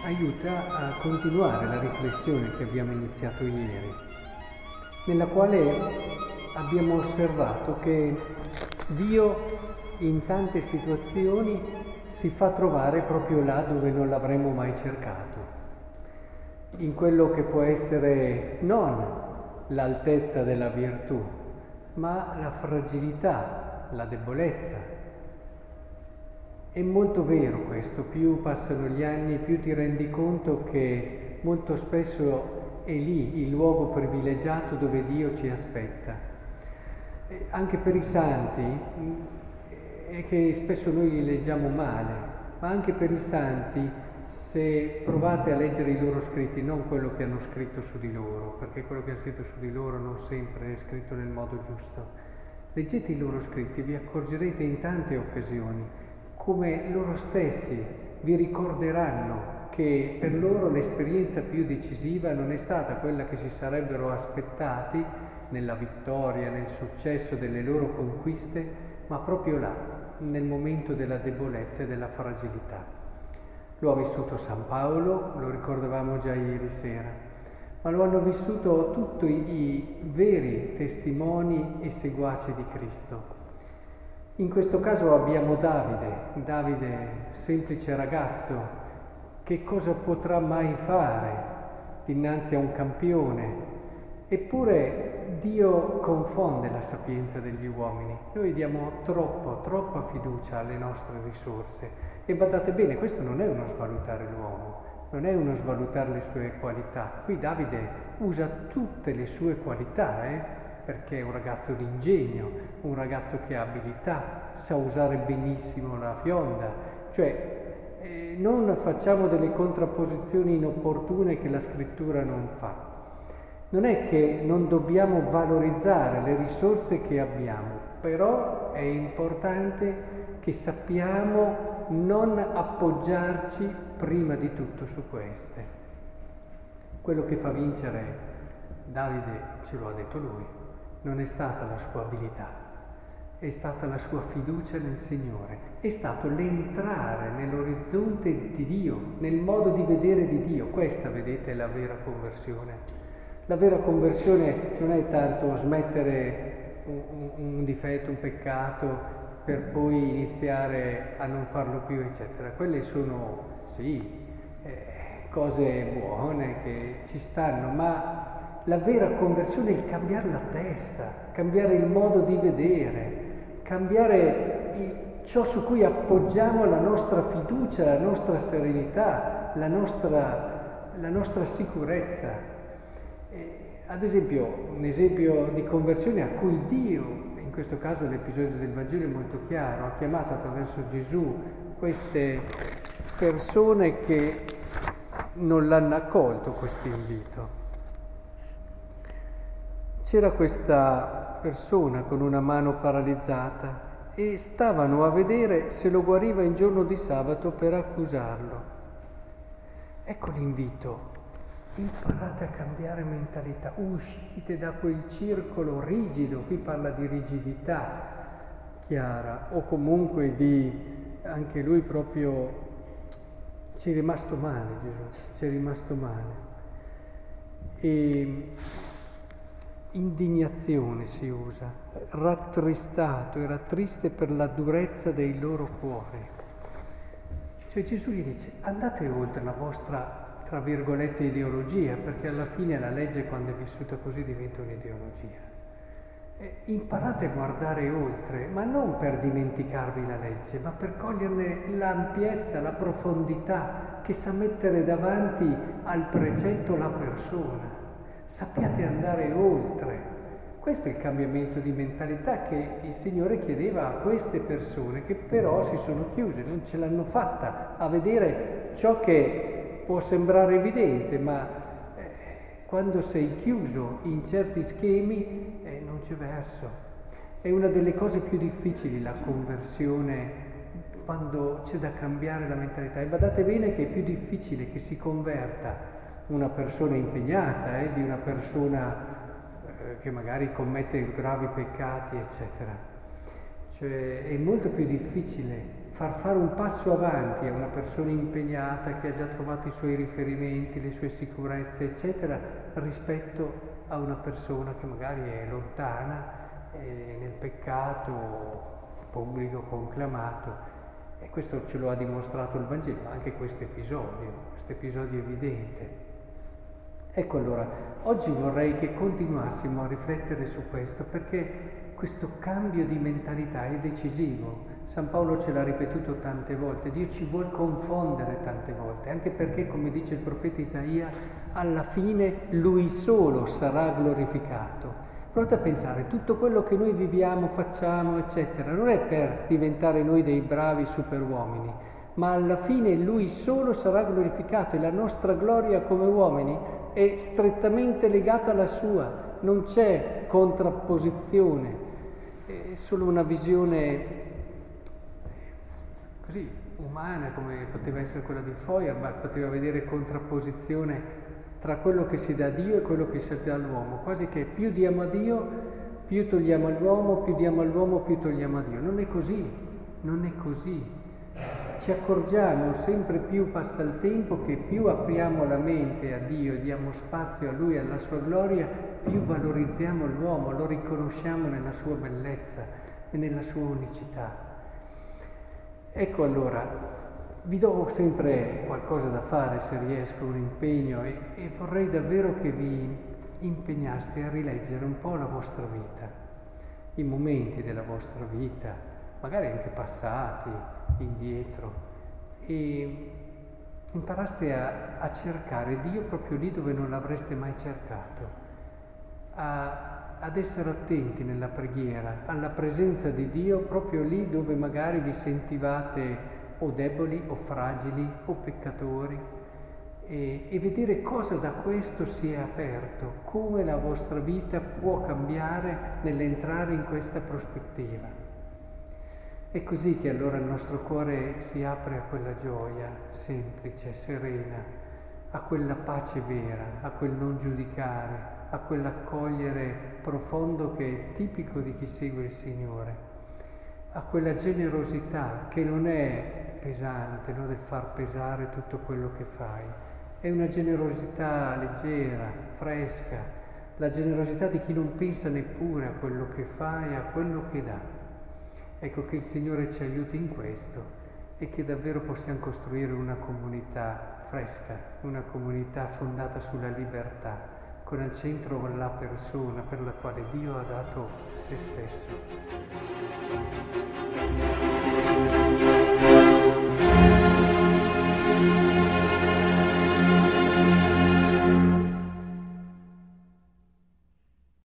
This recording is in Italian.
aiuta a continuare la riflessione che abbiamo iniziato ieri, nella quale abbiamo osservato che Dio in tante situazioni si fa trovare proprio là dove non l'avremmo mai cercato, in quello che può essere non l'altezza della virtù, ma la fragilità, la debolezza. È molto vero questo, più passano gli anni, più ti rendi conto che molto spesso è lì il luogo privilegiato dove Dio ci aspetta. Anche per i santi, è che spesso noi li leggiamo male, ma anche per i santi, se provate a leggere i loro scritti, non quello che hanno scritto su di loro, perché quello che hanno scritto su di loro non sempre è scritto nel modo giusto. Leggete i loro scritti, vi accorgerete in tante occasioni come loro stessi vi ricorderanno che per loro l'esperienza più decisiva non è stata quella che si sarebbero aspettati nella vittoria, nel successo delle loro conquiste, ma proprio là, nel momento della debolezza e della fragilità. Lo ha vissuto San Paolo, lo ricordavamo già ieri sera, ma lo hanno vissuto tutti i veri testimoni e seguaci di Cristo. In questo caso abbiamo Davide, semplice ragazzo, che cosa potrà mai fare dinanzi a un campione? Eppure Dio confonde la sapienza degli uomini. Noi diamo troppa fiducia alle nostre risorse. E badate bene, questo non è uno svalutare l'uomo, non è uno svalutare le sue qualità. Qui Davide usa tutte le sue qualità, perché è un ragazzo di ingegno, un ragazzo che ha abilità, sa usare benissimo la fionda, cioè non facciamo delle contrapposizioni inopportune che la scrittura non fa. Non è che non dobbiamo valorizzare le risorse che abbiamo, però è importante che sappiamo non appoggiarci prima di tutto su queste. Quello che fa vincere Davide, ce lo ha detto lui, non è stata la sua abilità, è stata la sua fiducia nel Signore, è stato l'entrare nell'orizzonte di Dio, nel modo di vedere di Dio. Questa, vedete, è la vera conversione. La vera conversione non è tanto smettere un difetto, un peccato, per poi iniziare a non farlo più, eccetera. Quelle sono, sì, cose buone che ci stanno, ma la vera conversione è il cambiare la testa, cambiare il modo di vedere, cambiare ciò su cui appoggiamo la nostra fiducia, la nostra serenità, la nostra sicurezza. Ad esempio, un esempio di conversione a cui Dio, in questo caso l'episodio del Vangelo è molto chiaro, ha chiamato attraverso Gesù queste persone che non l'hanno accolto questo invito. C'era questa persona con una mano paralizzata e stavano a vedere se lo guariva in giorno di sabato per accusarlo. Ecco l'invito: imparate a cambiare mentalità, uscite da quel circolo rigido, qui parla di rigidità chiara, o comunque anche lui proprio, ci è rimasto male Gesù, ci è rimasto male. E indignazione si usa, rattristato, era triste per la durezza dei loro cuori. Cioè Gesù gli dice: andate oltre la vostra, tra virgolette, ideologia, perché alla fine la legge, quando è vissuta così, diventa un'ideologia. Imparate a guardare oltre, ma non per dimenticarvi la legge, ma per coglierne l'ampiezza, la profondità, che sa mettere davanti al precetto la persona. Sappiate andare oltre. Questo è il cambiamento di mentalità che il Signore chiedeva a queste persone, che però si sono chiuse, non ce l'hanno fatta a vedere ciò che può sembrare evidente, ma quando sei chiuso in certi schemi non c'è verso. È una delle cose più difficili la conversione, quando c'è da cambiare la mentalità. E badate bene che è più difficile che si converta una persona impegnata, di una persona che magari commette gravi peccati, eccetera. Cioè è molto più difficile far fare un passo avanti a una persona impegnata che ha già trovato i suoi riferimenti, le sue sicurezze, eccetera, rispetto a una persona che magari è lontana, nel peccato pubblico, conclamato. E questo ce lo ha dimostrato il Vangelo, anche questo episodio evidente. Ecco allora, oggi vorrei che continuassimo a riflettere su questo, perché questo cambio di mentalità è decisivo. San Paolo ce l'ha ripetuto tante volte, Dio ci vuol confondere tante volte, anche perché, come dice il profeta Isaia, alla fine Lui solo sarà glorificato. Provate a pensare, tutto quello che noi viviamo, facciamo, eccetera, non è per diventare noi dei bravi superuomini, ma alla fine Lui solo sarà glorificato e la nostra gloria come uomini è strettamente legata alla sua, non c'è contrapposizione, è solo una visione così umana come poteva essere quella di Feuerbach, poteva vedere contrapposizione tra quello che si dà a Dio e quello che si dà all'uomo, quasi che più diamo a Dio, più togliamo all'uomo, più diamo all'uomo, più togliamo a Dio. Non è così, non è così. Ci accorgiamo sempre più passa il tempo che più apriamo la mente a Dio, diamo spazio a Lui, alla sua gloria, più valorizziamo l'uomo, lo riconosciamo nella sua bellezza e nella sua unicità. Ecco allora, vi do sempre qualcosa da fare se riesco, un impegno, e vorrei davvero che vi impegnaste a rileggere un po' la vostra vita, i momenti della vostra vita, magari anche passati, indietro, e imparaste a cercare Dio proprio lì dove non l'avreste mai cercato, ad essere attenti nella preghiera, alla presenza di Dio proprio lì dove magari vi sentivate o deboli o fragili o peccatori, e vedere cosa da questo si è aperto, come la vostra vita può cambiare nell'entrare in questa prospettiva. È così che allora il nostro cuore si apre a quella gioia semplice, serena, a quella pace vera, a quel non giudicare, a quell'accogliere profondo che è tipico di chi segue il Signore, a quella generosità che non è pesante, non del far pesare tutto quello che fai, è una generosità leggera, fresca, la generosità di chi non pensa neppure a quello che fa e a quello che dà. Ecco, che il Signore ci aiuti in questo e che davvero possiamo costruire una comunità fresca, una comunità fondata sulla libertà, con al centro la persona per la quale Dio ha dato se stesso.